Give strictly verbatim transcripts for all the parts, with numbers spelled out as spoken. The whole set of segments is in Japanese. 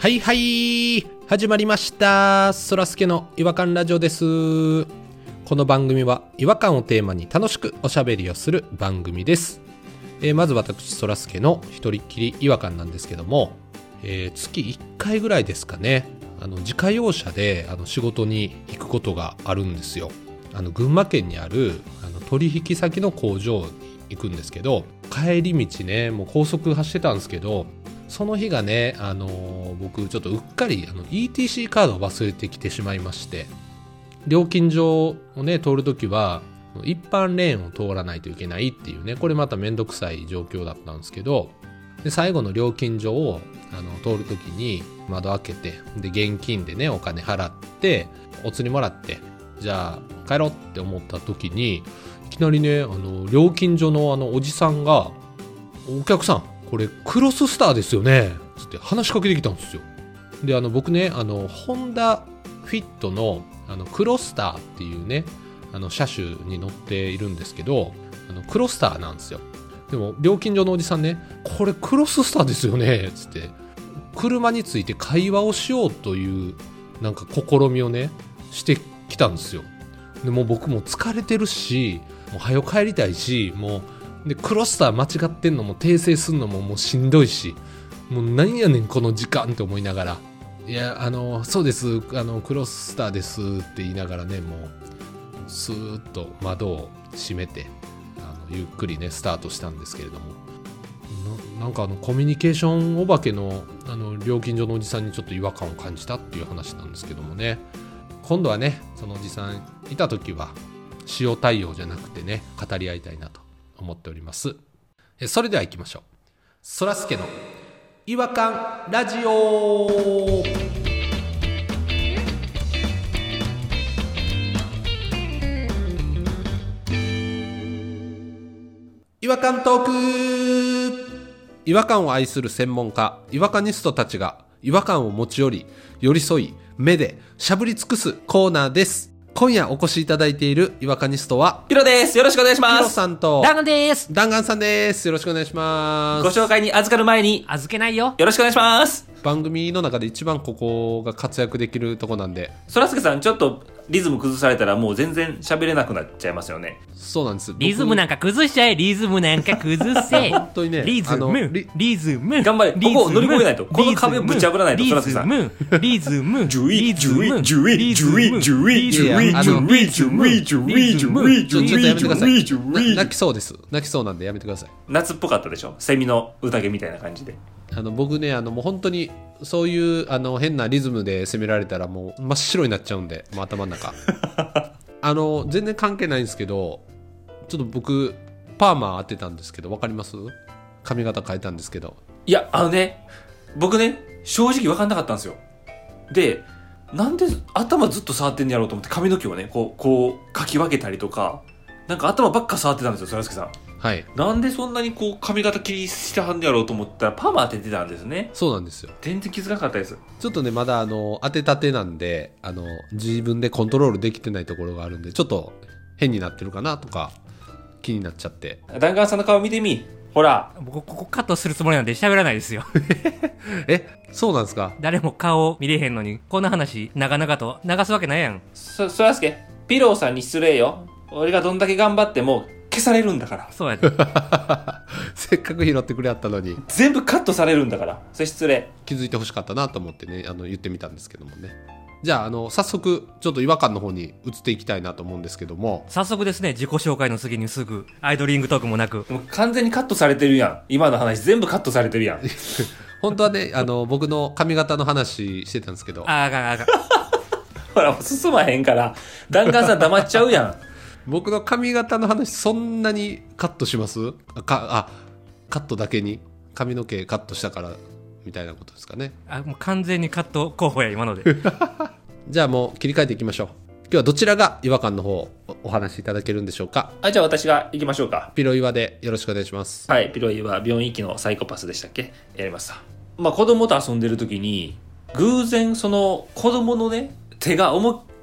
はいはい始まりました。そらすけの違和感ラジオです。この番組は違和感をテーマに楽しくおしゃべりをする番組です。えー、まず私そらすけの一人っきり違和感なんですけども、えー、月いっかいぐらいですかね、あの自家用車であの仕事に行くことがあるんですよ。あの群馬県にあるあの取引先の工場に行くんですけど、帰り道ねもう高速走ってたんですけど、その日がね、あのー、僕ちょっとうっかりあの イーティーシー カードを忘れてきてしまいまして、料金所をね通るときは一般レーンを通らないといけないっていうね、これまためんどくさい状況だったんですけど、で最後の料金所をあの通るときに窓開けて、で現金でねお金払ってお釣りもらって、じゃあ帰ろうって思ったときに、いきなりねあの料金所のあのおじさんが、お客さんこれクロススターですよねつって話しかけてきたんですよ。であの僕ねあのホンダフィットのあのクロスターっていうねあの車種に乗っているんですけど、あのクロスターなんですよ。でも料金所のおじさんね、これクロススターですよねつって車について会話をしようというなんか試みをねしてきたんですよ。でもう僕も疲れてるし、もう早く帰りたいし、もうでクロスター間違ってんのも訂正すんのももうしんどいし、もう何やねんこの時間って思いながら、いやあのそうですあのクロスターですって言いながらね、もうスーッと窓を閉めてあのゆっくりねスタートしたんですけれども、 な, なんかあのコミュニケーションお化けのあの料金所のおじさんにちょっと違和感を感じたっていう話なんですけどもね、今度はねそのおじさんいた時は塩対応じゃなくてね語り合いたいなと思っております。えそれでは行きましょう。そらすけの違和感ラジオ。違和感トーク。違和感を愛する専門家違和感ニストたちが違和感を持ち寄り寄り添い目でしゃぶり尽くすコーナーです。今夜お越しいただいている違和感ニストはピロです。よろしくお願いします。 ピロさんと弾丸です。 弾丸さんです。よろしくお願いします。 ご紹介に預かる前に預けないよ。 よろしくお願いします。 番組の中で一番ここが活躍できるとこなんで、 そらすけさんちょっとリズム崩されたらもう全然喋れなくなっちゃいますよね。 そうなんです。 リズムなんか崩しちゃえ。リズムなんか崩せ。 本当にね、 リズムリ、リズム頑張れ。ここを乗り越えないと、この壁をぶち破らないと。そらすけさんリズムリズムジュイジュイジュイジュイジュイジュイジュイジュイジュイジュイジュイジュイちょっとやめてください。 ジュイ泣きそうです。泣きそうなんでやめてください。 夏っぽかったでしょ、セミの宴みたいな感じで。 あの僕ねあのもう本当にそういうあの変なリズムで攻められたらもう真っ白になっちゃうんで、もう頭の中あの全然関係ないんですけど、ちょっと僕パーマ当てたんですけど分かります？髪型変えたんですけど、 いやあのね僕ね正直分かんなかったんですよ。でなんで頭ずっと触ってんやろうと思って、髪の毛をねこうこうかき分けたりとか、なんか頭ばっか触ってたんですよ、そらすけさん。 はい。 なんでそんなにこう髪型気にしてはんやろうと思ったらパーマ当ててたんですね。 そうなんですよ。 全然気づかなかったです。 ちょっとねまだあの当てたてなんで、あの自分でコントロールできてないところがあるんで、ちょっと変になってるかなとか気になっちゃって。 弾丸さんの顔見てみ、ほら。 僕ここカットするつもりなんで喋らないですよ。 え、そうなんですか？ 誰も顔見れへんのにこんな話長々と流すわけないやん。 そ、そらすけ、ピローさんに失礼よ。俺がどんだけ頑張っても消されるんだから。 そうやで。 せっかく拾ってくれやったのに全部カットされるんだから。それ失礼。 気づいてほしかったなと思ってね、あの言ってみたんですけどもね。じゃあ、あの早速ちょっと違和感の方に移っていきたいなと思うんですけども、 早速ですね、自己紹介の次にすぐアイドリングトークもなく。 もう完全にカットされてるやん。今の話全部カットされてるやん。 本当はねあの僕の髪型の話してたんですけど、 ああかんあかん。 ほらもう進まへんから弾丸さん黙っちゃうやん。 僕の髪型の話そんなにカットします？あかあカットだけに髪の毛カットしたからみたいなことですかね。 あもう完全にカット候補や今ので。 じゃあもう切り替えていきましょう。今日はどちらが違和感の方をお話しいただけるんでしょうか？ あ、じゃあ私が行きましょうか。 ピロイワでよろしくお願いします。 はい、ピロイは病院行きのサイコパスでしたっけ？やりました。まあ子供と遊んでる時に偶然その子供のね手が思いっ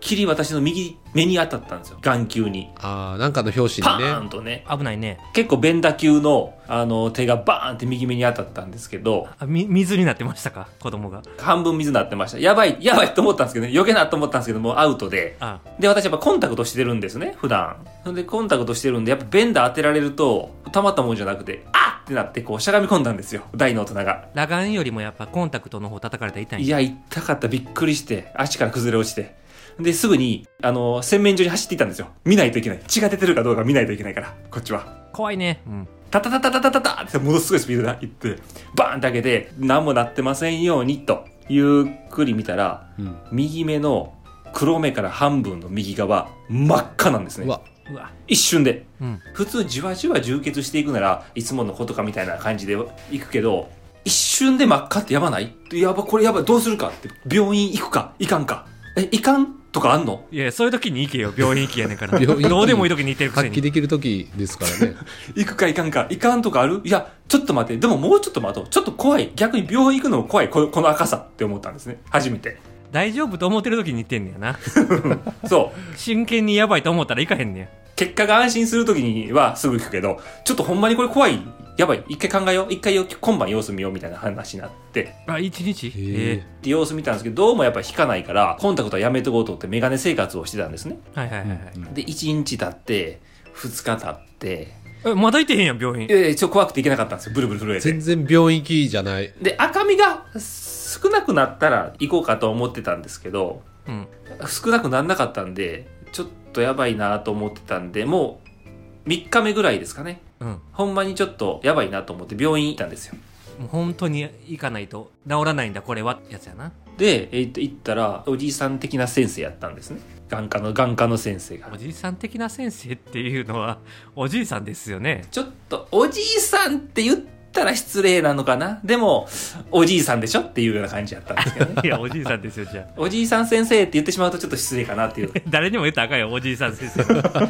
きり私の右目に当たったんですよ、眼球に。 ああ、なんかの表パ紙にね。 ーンとね、 危ないね。 結構弁打級のあの手がバーンって右目に当たったんですけど、 あみ水になってましたか、子供が。 半分水になってました。やばいやばいと思ったんですけどね、余計なと思ったんですけども、アウトで。 あで、私やっぱコンタクトしてるんですね、普段。で、コンタクトしてるんで、やっぱベンダー当てられると、たまったもんじゃなくて、あっってなって、こう、しゃがみ込んだんですよ、大の大人が。 裸眼よりもやっぱコンタクトの方叩かれたら痛いんいや、痛かった、びっくりして、足から崩れ落ちて。で、すぐに、あの、洗面所に走っていったんですよ。見ないといけない。血が出てるかどうか見ないといけないから、こっちは。 怖いね。うん。 タタタタタタタタってものすごいスピードで行って、バーンって開けて、何もなってませんように、と、ゆっくり見たら、 うん、 右目の黒目から半分の右側、真っ赤なんですね。 うわ、 うわ。 一瞬で。 うん。 普通じわじわ充血していくならいつものことかみたいな感じでいくけど、一瞬で真っ赤ってやばない？やば、これやばい、どうするかって、病院行くか行かんか、え、行かんとかあんの？ いや、そういう時に行けよ。病院行きやねんから。 病院どうでもいい時に行ってるくせに。 発揮できる時ですからね。 行くか行かんか、行かんとかある？いや、ちょっと待って、でももうちょっと待とう。ちょっと怖い。逆に病院行くのも怖い。この、この赤さって思ったんですね。初めて。 大丈夫と思ってる時に行ってんねやな。 そう。 真剣にやばいと思ったら行かへんねや。 結果が安心する時にはすぐ行くけど、ちょっとほんまにこれ怖い。やばい。一回考えよう。一回今晩様子見ようみたいな話になって。 あ、一日へえで様子見たんですけど、どうもやっぱ引かないから、コンタクトはやめとこうと思ってメガネ生活をしてたんですね。 ーはいはいはいはい。 で、いちにち経って、ふつか経って、 え、まだ行ってへんやん、病院。 えー、ちょっと怖くて行けなかったんですよ。ブルブル震えて。 全然病院行きじゃない。 で、赤みが少なくなったら行こうかと思ってたんですけど、 うん。 少なくならなかったんで、ちょっとやばいなと思ってたんで、もうみっかめぐらいですかね。 うん。 ほんまにちょっとやばいなと思って病院行ったんですよ。 もう本当に行かないと治らないんだ、これは。やつやな。 で、えー、と行ったら、おじいさん的な先生やったんですね。眼科の、眼科の先生がお。じいさん的な先生っていうのは、おじいさんですよね。 ちょっと、おじいさんって言ったら失礼なのかな？でも、おじいさんでしょっていうような感じやったんですけどね。 いや、おじいさんですよ、じゃあ。 おじいさん先生って言ってしまうとちょっと失礼かなっていう。 誰にも言ったらあかんよ、おじいさん先生。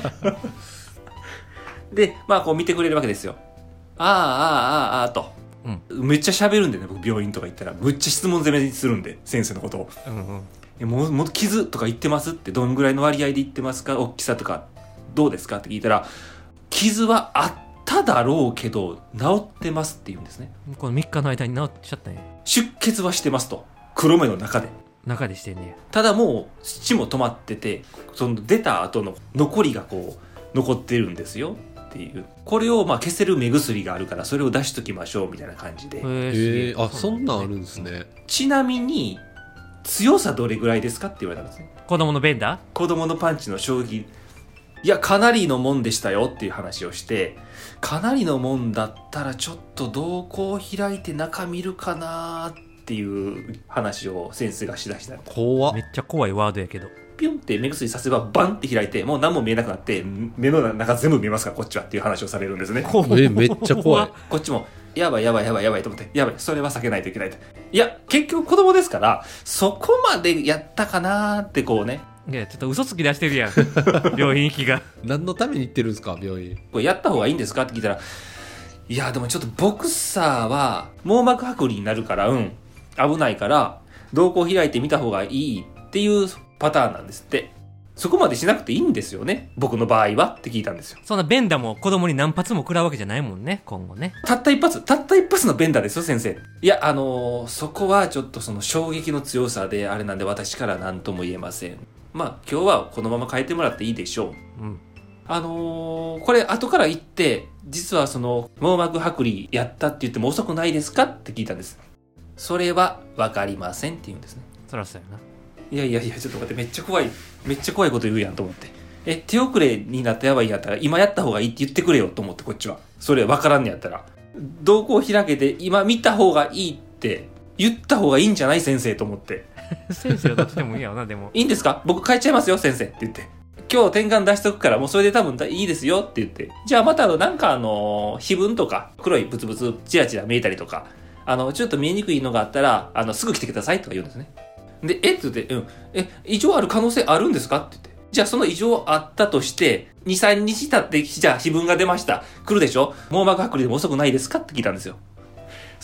で、まあこう見てくれるわけですよ。ああ、ああ、ああ、ああ、と。めっちゃ喋るんでね、僕病院とか行ったら。むっちゃ質問攻めにするんで、先生のことを。 うんうん。 えもう、もう傷とか言ってますって、どんぐらいの割合で言ってますか？大きさとか、どうですかって聞いたら、傷はあっただろうけど、治ってますって言うんですね。 このみっかの間に治っちゃったんや。 出血はしてますと。黒目の中で。 中でしてんねや。 ただもう、血も止まってて、その出た後の残りがこう、残ってるんですよ。っていう。これをまあ消せる目薬があるから、それを出しときましょうみたいな感じで。 へえーー、あ、そんなんあるんですね。 ちなみに、強さどれぐらいですかって言われたんですね。 子供のベンダー子供のパンチの衝撃。いや、かなりのもんでしたよっていう話をして、かなりのもんだったらちょっと瞳孔開いて中見るかなっていう話を先生がしだしたんで、 怖っめ。っちゃ怖いワードやけど。 ピュンって目薬させばバンって開いて、もう何も見えなくなって、目の中全部見えますから、こっちはっていう話をされるんですね。 え、めっちゃ怖い。 こっちも、やばいやばいやばいやばいと思って、やばい、それは避けないといけないと。いや、結局子供ですから、そこまでやったかなーってこうね、 いや、ちょっと嘘つき出してるやん。病院行きが。 何のために行ってるんですか、病院。 これやった方がいいんですかって聞いたら、いや、でもちょっとボクサーは網膜剥離になるから、うん、危ないから、瞳孔開いてみた方がいいっていうパターンなんですって。そこまでしなくていいんですよね、僕の場合はって聞いたんですよ。 そんなベンダも子供に何発も食らうわけじゃないもんね、今後ね。 たった一発、たった一発のベンダーですよ、先生。いや、あのー、そこはちょっとその衝撃の強さであれなんで私から何とも言えません。まあ、今日はこのまま変えてもらっていいでしょう。 うん。 あのー、これ後から言って、実はその網膜剥離やったって言っても遅くないですかって聞いたんです。それはわかりませんって言うんですね。 そらそうやな。 いやいやいや、ちょっと待って、めっちゃ怖い。めっちゃ怖いこと言うやんと思って。え、手遅れになったらやばいんやったら、今やった方がいいって言ってくれよと思って、こっちは。それわからんねやったら。瞳孔開けて、今見た方がいいって言った方がいいんじゃない先生と思って。 先生はどっちでもいいやろな、でも。 いいんですか？僕帰っちゃいますよ、先生って言って。今日点眼出しとくから、もうそれで多分いいですよって言って。じゃあまたあの、なんかあの、飛蚊とか、黒いブツブツ、チラチラ見えたりとか、あの、ちょっと見えにくいのがあったら、あの、すぐ来てくださいとか言うんですね。で、えって言って、うん。え、異常ある可能性あるんですかって言って。じゃあその異常あったとして、に、さんにち経って、じゃあ飛蚊が出ました。来るでしょ？網膜剥離でも遅くないですかって聞いたんですよ。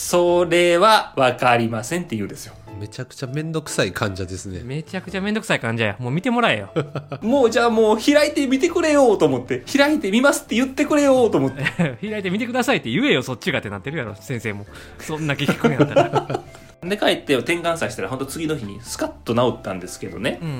それは分かりませんって言うんですよ。 めちゃくちゃめんどくさい患者ですね。 めちゃくちゃめんどくさい患者や。もう見てもらえよ。 もうじゃあもう開いてみてくれよと思って、開いてみますって言ってくれよと思って開いてみてくださいって言えよ、そっちがってなってるやろ先生も。そんな聞くんやったら。 で帰って点眼させたら本当次の日にスカッと治ったんですけどね、 うんうんうん、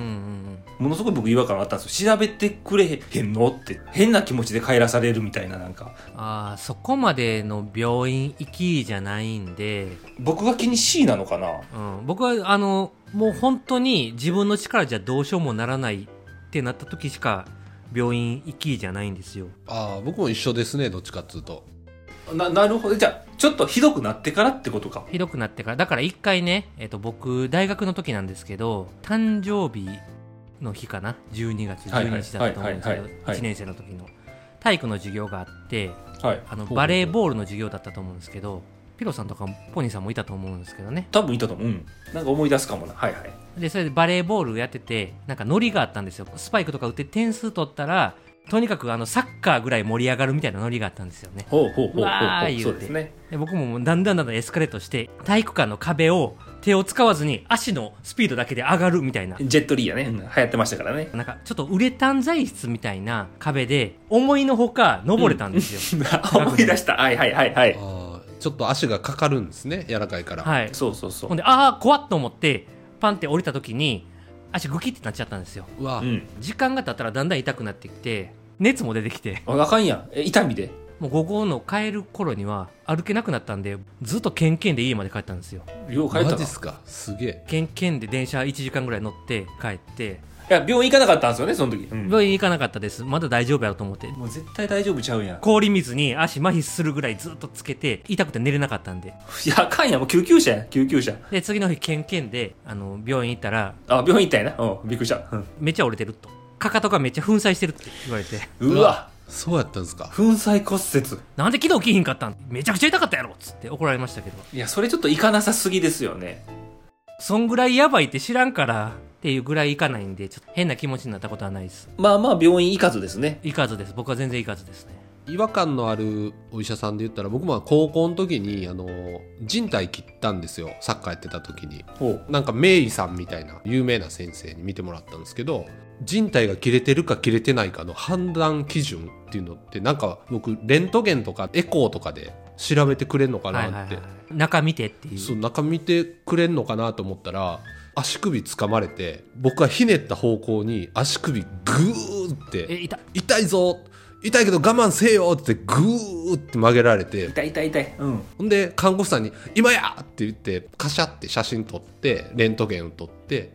ものすごい僕違和感あったんですよ。調べてくれへんのって変な気持ちで帰らされるみたいな、なんかあそこまでの病院行きじゃないんで、 僕が気に C なのかな。 うん、僕はあのもう本当に自分の力じゃどうしようもならないってなった時しか病院行きじゃないんですよ。 ああ、僕も一緒ですね、どっちかっつうと。 な, なるほど。じゃあちょっとひどくなってからってことか。 ひどくなってから。だから一回ね、えっと、僕大学の時なんですけど、誕生日の日かな、じゅうにがつじゅうににちだったと思うんですけど、いちねん生の時の体育の授業があって、はい、あのバレーボールの授業だったと思うんですけど、ピロさんとかポニーさんもいたと思うんですけどね。 多分いたと思う、うん、なんか思い出すかもな。はいはい。 でそれでバレーボールやってて、なんかノリがあったんですよ。スパイクとか打って点数取ったらとにかくあのサッカーぐらい盛り上がるみたいなノリがあったんですよね。 ほうほうほうほうほう。 わー言うて、 そうですね。 で僕ももうだんだんだんだんエスカレートして体育館の壁を手を使わずに足のスピードだけで上がるみたいな。 ジェットリーやね、うん、流行ってましたからね。 なんかちょっとウレタン材質みたいな壁で思いのほか登れたんですよ、 うん、思い出した。はいはいはいはい。 あちょっと足がかかるんですね、柔らかいから。 はい、 そうそうそう。 ほんでああ怖っと思ってパンって降りた時に足グキってなっちゃったんですよ。 うわ、 うん、 時間が経ったらだんだん痛くなってきて熱も出てきて、 あかんやん。え痛みでもう午後の帰る頃には歩けなくなったんで、ずっとケンケンで家まで帰ったんですよ。 よう帰ったな。 マジっすか、すげえ。 ケンケンで電車いちじかんぐらい乗って帰って、 いや病院行かなかったんですよねその時、うん、 病院行かなかったです。まだ大丈夫やろと思って、 もう絶対大丈夫ちゃうやん。 氷水に足麻痺するぐらいずっとつけて痛くて寝れなかったんで、 いやあかんやん、もう救急車や救急車で次の日ケンケンであの病院行ったら、 あ病院行ったんやな。うんびっくりした、うん、 めっちゃ折れてると、かかとがめっちゃ粉砕してるって言われて、 うわそうやったんですか。 粉砕骨折。 なんで昨日起きひんかったん、めちゃくちゃ痛かったやろっつって怒られましたけど、 いやそれちょっといかなさすぎですよね。 そんぐらいやばいって知らんからっていうぐらい行かないんで、ちょっと変な気持ちになったことはないです。 まあまあ病院行かずですね。 行かずです。僕は全然行かずですね。 違和感のあるお医者さんで言ったら、僕も高校の時にあの靭帯切ったんですよ、サッカーやってた時に。なんか名医さんみたいな有名な先生に見てもらったんですけど、靭帯が切れてるか切れてないかの判断基準っていうのって、なんか僕レントゲンとかエコーとかで調べてくれんのかなって、はいはいはい、 中見てっていう、 そう中見てくれんのかなと思ったら、足首掴まれて、僕はひねった方向に足首グーって、 え痛痛いぞ痛いけど我慢せよってグーって曲げられて、 痛い痛い痛い、うん、 ほんで看護婦さんに今やって言ってカシャって写真撮ってレントゲンを撮って、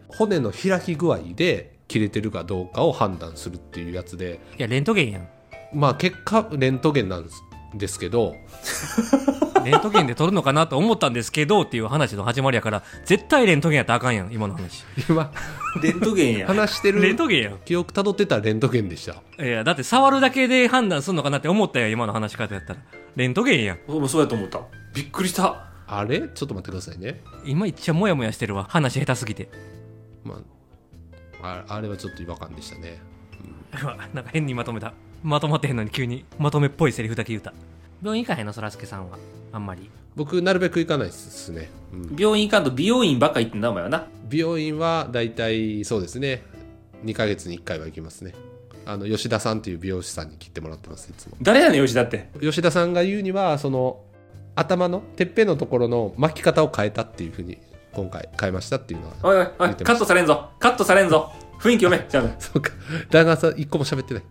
骨の開き具合で切れてるかどうかを判断するっていうやつで、 いやレントゲンやん。 まあ結果レントゲンなんですですけどレントゲンで撮るのかなと思ったんですけどっていう話の始まりやから、絶対レントゲンやったらあかんやん今の話。 今レントゲンや話してるレントゲンやん。 記憶たどってたらレントゲンでした。 いやだって触るだけで判断するのかなって思ったよ今の話し方やったら。レントゲンやん。 僕もそうやと思った。びっくりした。 あれちょっと待ってくださいね。 今いっちゃモヤモヤしてるわ、話下手すぎて。 まあ、あ, あれはちょっと違和感でしたね、 うん、なんか変にまとめた。まとまってへんのに急にまとめっぽいセリフだけ言うた。病院行かへんのそらすけさんは。あんまり僕なるべく行かないですね、うん、 病院行かんと美容院ばっか行ってんだお前はな。 美容院はだいたいそうですねにかげつにいっかいは行きますね。あの吉田さんっていう美容師さんに切ってもらってます。いつも。 誰やねん吉田って。 吉田さんが言うには、その頭のてっぺんのところの巻き方を変えたっていうふうに今回変えましたっていうのは。 おいおいおいカットされんぞカットされんぞ雰囲気読め。じゃあそうか、弾丸さん一個も喋ってない。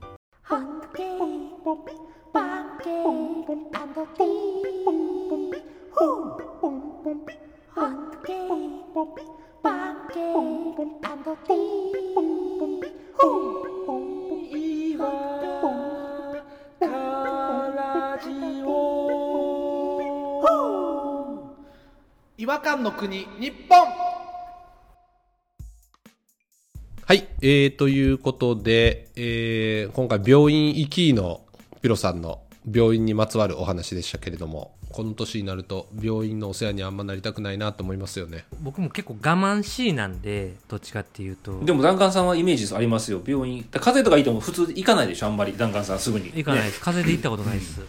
違和感の国日本。 はい、えー、ということで、えー、今回病院行きのピロさんの病院にまつわるお話でしたけれども、この年になると病院のお世話にあんまなりたくないなと思いますよね。 僕も結構我慢しいなんで、どっちかっていうと。 でも弾丸さんはイメージありますよ。病院風邪とかいいとも普通行かないでしょあんまり。弾丸さんすぐに行かないです、ね、風邪で行ったことないです、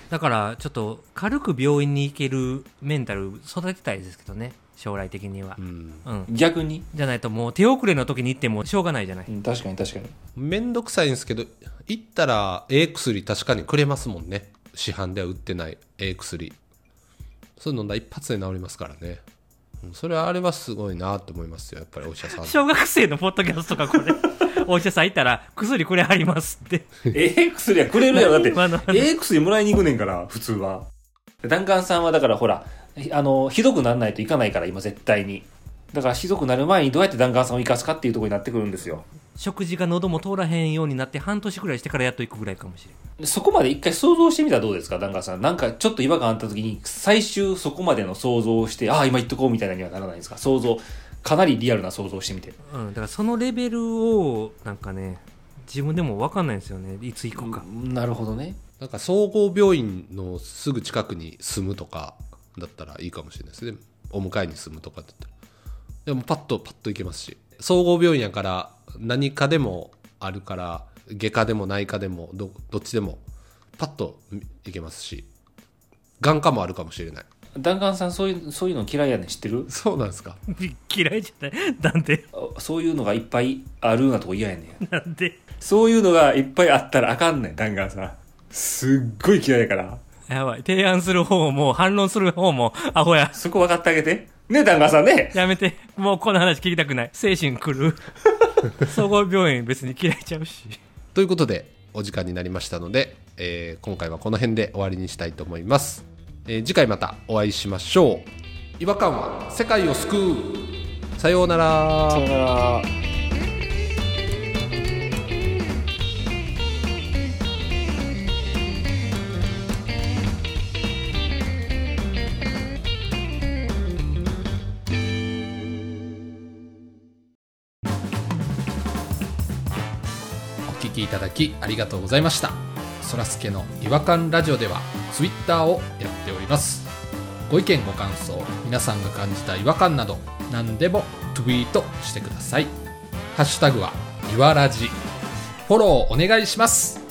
だからちょっと軽く病院に行けるメンタル育てたいですけどね、将来的には、 うんうん、 逆にじゃないともう手遅れの時に行ってもしょうがないじゃない、 うん、確かに確かにめんどくさいんですけど、行ったらええ薬確かにくれますもんね。市販では売ってないええ薬、そういうの飲んだら一発で治りますからね。それはあれはすごいなと思いますよ、やっぱりお医者さん。 小学生のポッドキャストとかこれお医者さん行ったら薬くれはりますってええ薬はくれるやろ。だって今のええ薬もらいに行くねんから普通は。弾丸さんはだからほらあのひどくならないといかないから今絶対に。だからひどくなる前にどうやって弾丸さんを生かすかっていうところになってくるんですよ。 食事が喉も通らへんようになって半年くらいしてからやっと行くぐらいかもしれない。 そこまで一回想像してみたらどうですか、弾丸さん。なんかちょっと違和感あった時に最終そこまでの想像をして、ああ今言っとこうみたいなにはならないんですか。想像かなりリアルな想像をしてみて。 うん、だからそのレベルをなんかね自分でも分かんないんですよね、いつ行くか。 なるほどね。 なんか総合病院のすぐ近くに住むとかだったらいいかもしれないですね。お迎えに住むとかだったらでもパッとパッと行けますし、総合病院やから何かでもあるから、外科でも内科でも ど, どっちでもパッと行けますし、眼科もあるかもしれない。 弾丸さんそういうそういうの嫌いやねん知ってる？ そうなんですか。 嫌いじゃないなんでそういうのがいっぱいあるようなとこ嫌やねん。 なんでそういうのがいっぱいあったらあかんねん、弾丸さん。すっごい嫌いやから。 やばい、提案する方も反論する方もアホや。 そこ分かってあげてね、弾丸さんね。 やめて、もうこの話聞きたくない。精神狂う総合病院別に嫌いちゃうし。 ということでお時間になりましたので、えー、今回はこの辺で終わりにしたいと思います、えー、次回またお会いしましょう。違和感は世界を救う。さようなら。 さようなら。 お聞きいただきありがとうございました。そらすけの違和感ラジオではツイッターをやっております。ご意見ご感想、皆さんが感じた違和感など何でもツイートしてください。ハッシュタグはいわらじ。フォローお願いします。